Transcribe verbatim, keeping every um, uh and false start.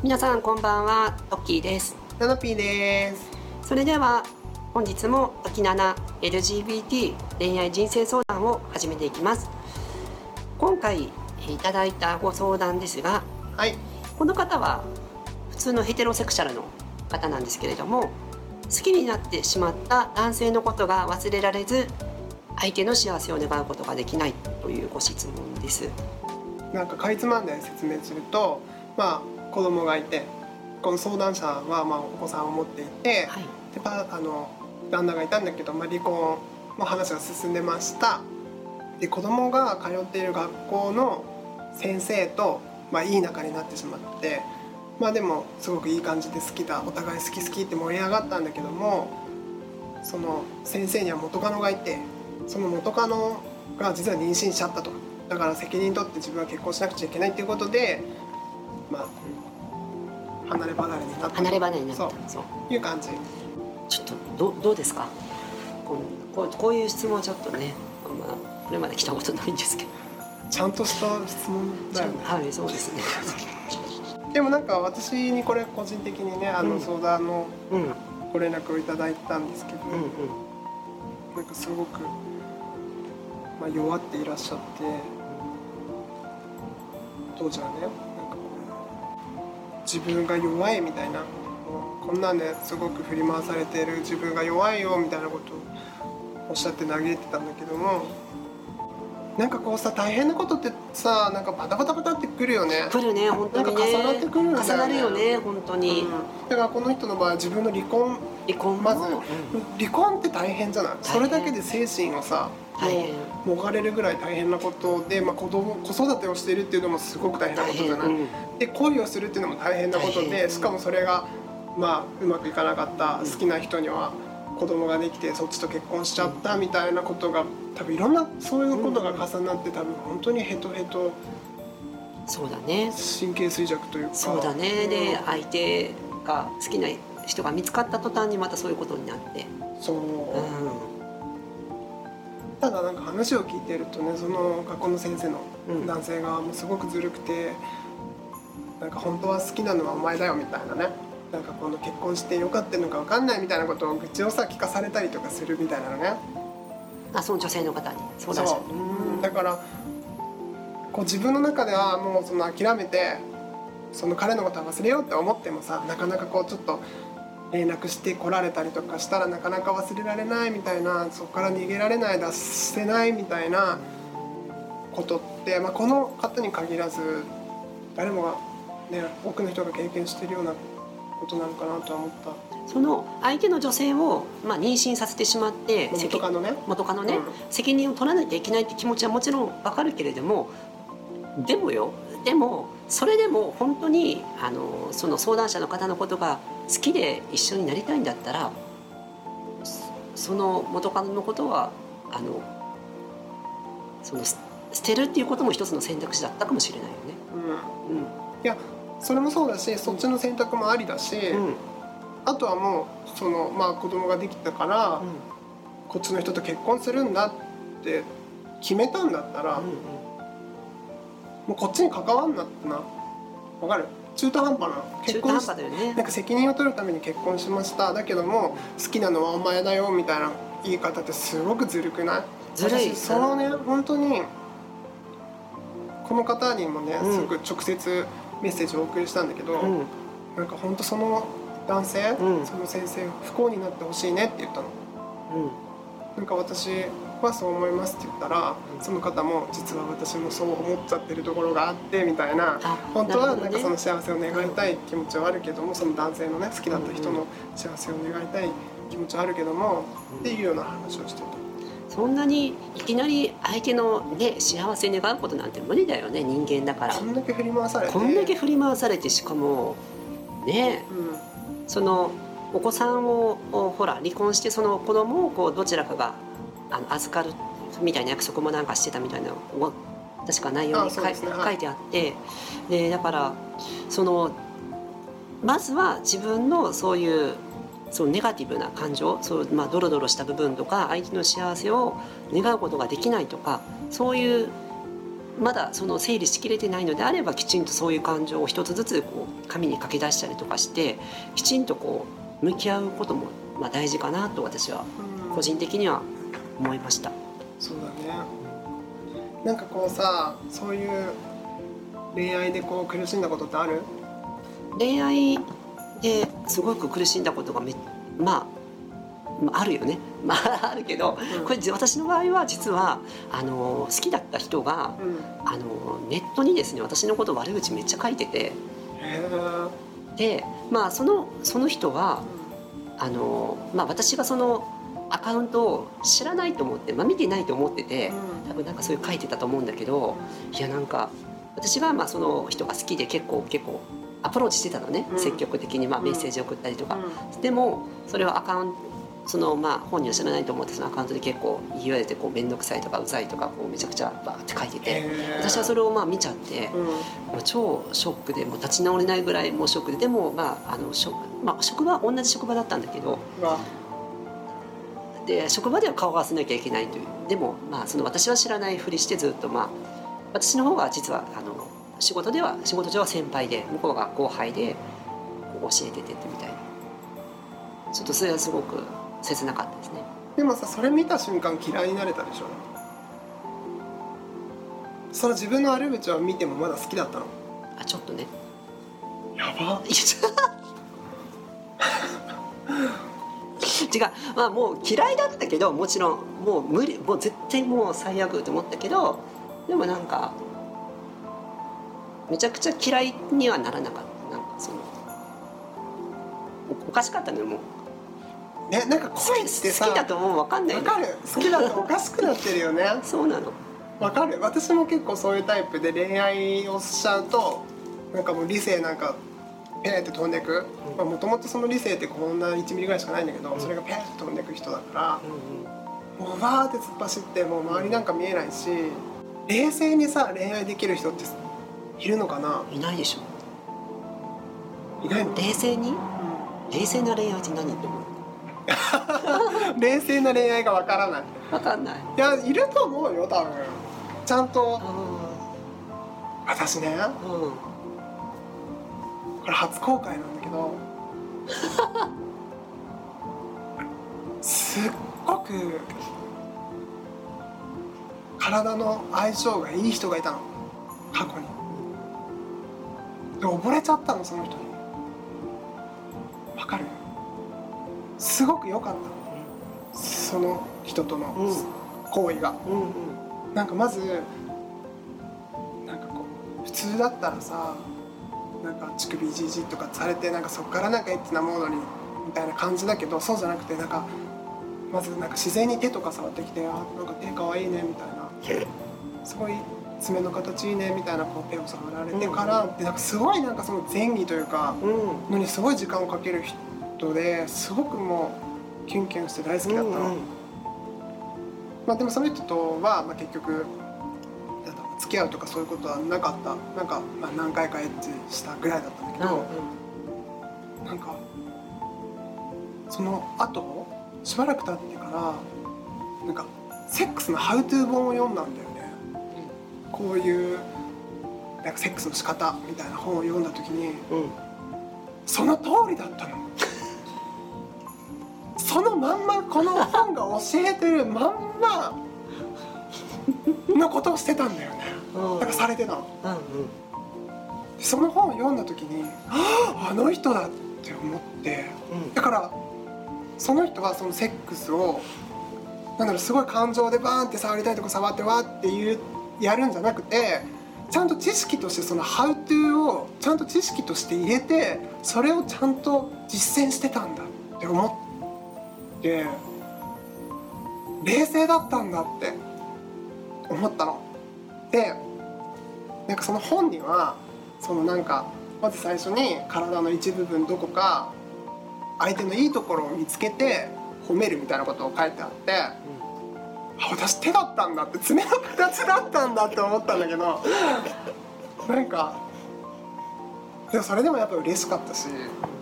皆さんこんばんは、トッキーです。 ナナピーです。 それでは本日もトキナナ エルジービーティー 恋愛人生相談を始めていきます。今回いただいたご相談ですが、 はい、 この方は普通のヘテロセクシャルの方なんですけれども、好きになってしまった男性のことが忘れられず、相手の幸せを願うことができないというご質問です。 なんかかいつまんで説明すると、まあ、子供がいて、この相談者はまあお子さんを持っていて、はい、でパあの旦那がいたんだけど、まあ、離婚の話が進んでました。で子供が通っている学校の先生と、まあ、いい仲になってしまって、まあでもすごくいい感じで好きだ、お互い好き好きって盛り上がったんだけども、その先生には元カノがいて、その元カノが実は妊娠しちゃったと。だから責任取って自分は結婚しなくちゃいけないっていうことで、まあ離れ離れになった離れ離れになったそうそういう感じ。 ちょっと ど, どうですか、こう、こう、こういう質問はちょっとね、まあ、これまで来たことないんですけど、 ちゃんとした質問だよね。 はい、そうですねでもなんか私にこれ個人的にね、あの相談のご連絡をいただいたんですけど、うんうん、なんかすごく、まあ、弱っていらっしゃって、当時はね、なんかこう自分が弱いみたいな、こんなんですごく振り回されている自分が弱いよみたいなことをおっしゃって嘆いてたんだけども、なんかこうさ、大変なことってさ、なんかバタバタバタってくるよね。 くるね、本当にね。 なんか重なってくるんだよね。 重なるよね、本当に、うん、 だからこの人の場合は自分の離婚離婚まず、うん、離婚って大変じゃない。それだけで精神をさ、もうもがれるぐらい大変なことで、まあ、子供子育てをしているっていうのもすごく大変なことじゃない、うん、で恋をするっていうのも大変なことで、しかもそれが、まあ、うまくいかなかった好きな人には子供ができてそっちと結婚しちゃったみたいなことが多分いろんなそういうことが重なって、多分本当にヘトヘト、 そうだね、 神経衰弱というか、 そうだね、うん、で相手が好きな人が見つかった途端にまたそういうことになって、 そう、うん、ただなんか話を聞いてるとね、その学校の先生の男性がもうすごくずるくて、うん、なんか本当は好きなのはお前だよみたいなね、なんかこの結婚してよかったのか分かんないみたいなことを愚痴をさ聞かされたりとかするみたいなのね。 あ、その女性の方に。 そうだし、うん、だからこう自分の中ではもうその諦めて、その彼のことは忘れようって思ってもさ、なかなかこうちょっと連絡して来られたりとかしたらなかなか忘れられないみたいな、そこから逃げられない、脱せないみたいなことって、まあ、この方に限らず誰もがね、多くの人が経験しているようなことなのかなとは思った。 その相手の女性を、まあ、妊娠させてしまって元カノね、 元カノね、うん、責任を取らなきゃいけないって気持ちはもちろん分かるけれども、でもよ、でもそれでも本当にあのその相談者の方のことが好きで一緒になりたいんだったら、その元カノのことはあのその捨てるっていうことも一つの選択肢だったかもしれないよね。 うんうん、いやそれもそうだし、そっちの選択もありだし、うん、あとはもうその、まあ、子供ができたから、うん、こっちの人と結婚するんだって決めたんだったら、うんうん、もうこっちに関わんなってな、分かる？中途半端な結婚し、ね、なんか責任を取るために結婚しました、だけども好きなのはお前だよみたいな言い方ってすごくずるくない？ ずるい。 私そのね、本当にこの方にもね、うん、すぐ直接メッセージをお送りしたんだけど、うん、なんか本当その男性、うん、その先生不幸になってほしいねって言ったの、うん、なんか私はそう思いますって言ったら、うん、その方も実は私もそう思っちゃってるところがあってみたいな、本当はなんかその幸せを願いたい気持ちはあるけども、その男性のね好きだった人の幸せを願いたい気持ちはあるけども、うん、っていうような話をしてた。 そんなにいきなり相手の、ね、幸せ願うことなんて無理だよね、人間だから。 こんだけ振り回されてこんだけ振り回されて、しかもね、うん、そのお子さんをほら離婚してその子供をこうどちらかがあの預かるみたいな約束もなんかしてたみたいなのを確か内容に書い、ね、書いてあって、でだからそのまずは自分のそういうそのネガティブな感情、そう、まあ、ドロドロした部分とか相手の幸せを願うことができないとか、そういうまだその整理しきれてないのであればきちんとそういう感情を一つずつこう紙に書き出したりとかしてきちんとこう向き合うこともまあ大事かなと私は個人的には思いました。 そうだね。なんかこうさ、そういう恋愛でこう苦しんだことってある？ 恋愛ですごく苦しんだことがめまあまあ、あるよね、まあ、あるけど、うん、これ私の場合は実はあの好きだった人が、うん、あのネットにですね私のこと悪口めっちゃ書いてて、で、まあ、その、その人は、うん、あのまあ、私がそのアカウントを知らないと思って、まあ、見てないと思ってて、うん、多分なんかそういう書いてたと思うんだけど、いやなんか私がまあその人が好きで結構結構アプローチしてたのね、うん、積極的にまあメッセージを送ったりとか、うん、でもそれはアカウントそのまあ本人は知らないと思ってそのアカウントで結構言われてこう面倒くさいとかうざいとかこうめちゃくちゃバーって書いてて、私はそれをまあ見ちゃって、うん、もう超ショックでもう立ち直れないぐらいもうショックで、でもまああの職、まあ、職場同じ職場だったんだけど、で職場では顔を合わせなきゃいけないという、でもまあその私は知らないふりしてずっとまあ私の方が実はあの仕事では仕事上は先輩で向こうが後輩でこう教えててみたいな、ちょっとそれはすごく切なかったですね。 でもさ、それ見た瞬間嫌いになれたでしょ。その自分の悪口を見てもまだ好きだったの？ あ、ちょっとね。 やば違う、まあもう嫌いだったけど、もちろんもう無理、もう絶対もう最悪と思ったけど、でもなんかめちゃくちゃ嫌いにはならなかった。なんかその お, おかしかったのよもう。 ね、なんか恋ってさ、 好きだともう分かんない、 ね、分かる、好きだとおかしくなってるよねそうなの、 分かる。私も結構そういうタイプで恋愛をしちゃうとなんかもう理性なんかペーって飛んでく、もともとその理性ってこんないちミリぐらいしかないんだけど、うん、それがペーって飛んでく人だから、うん、もうバーって突っ走ってもう周りなんか見えないし、冷静にさ恋愛できる人っているのかな？ いないでしょ。いないの？冷静に、うん、冷静な恋愛って何って思う冷静な恋愛がわからない。 わかんない。 いや、いると思うよ多分。ちゃんと、うん、私ね、うん、これ初公開なんだけどすっごく体の相性がいい人がいたの、過去に。で溺れちゃったのその人に。わかる？すごく良かったその人との行為が、うんうん、なんかまずなんかこう普通だったらさ、なんか乳首いじいじとかされてなんかそっからなんかエッチなモードにみたいな感じだけど、そうじゃなくてなんかまずなんか自然に手とか触ってきて、あ、なんか手かわいいねみたいな、すごい爪の形いいねみたいなこう手を触られてから、うん、でなんかすごいなんかその前儀というかのにすごい時間をかける人ですごくもうキュンキュンして大好きだったの、うんうん、まあ、でもその人とは、まあ、結局付き合うとかそういうことはなかった。なんか、まあ、何回かエッチしたぐらいだったんだけど、うんうん、なんかその後しばらく経ってからなんかセックスのハウトゥー本を読んだんだよね、うん、こういうなんかセックスの仕方みたいな本を読んだ時に、うん、その通りだったのそのまんまこの本が教えてるまんまのことをしてたんだよね、うん、だからされてたの、うんうん、その本を読んだ時にああの人だって思って、うん、だからその人はそのセックスをなんだろう、すごい感情でバーンって触りたいとこ触ってわっていうやるんじゃなくて、ちゃんと知識としてそのハウトゥーをちゃんと知識として入れて、それをちゃんと実践してたんだって思って冷静だったんだって思ったの。でなんかその本にはそのなんかまず最初に体の一部分どこか相手のいいところを見つけて褒めるみたいなことを書いてあって、うん、あ、私手だったんだって、爪の形だったんだって思ったんだけどなんかでもそれでもやっぱ嬉しかったし、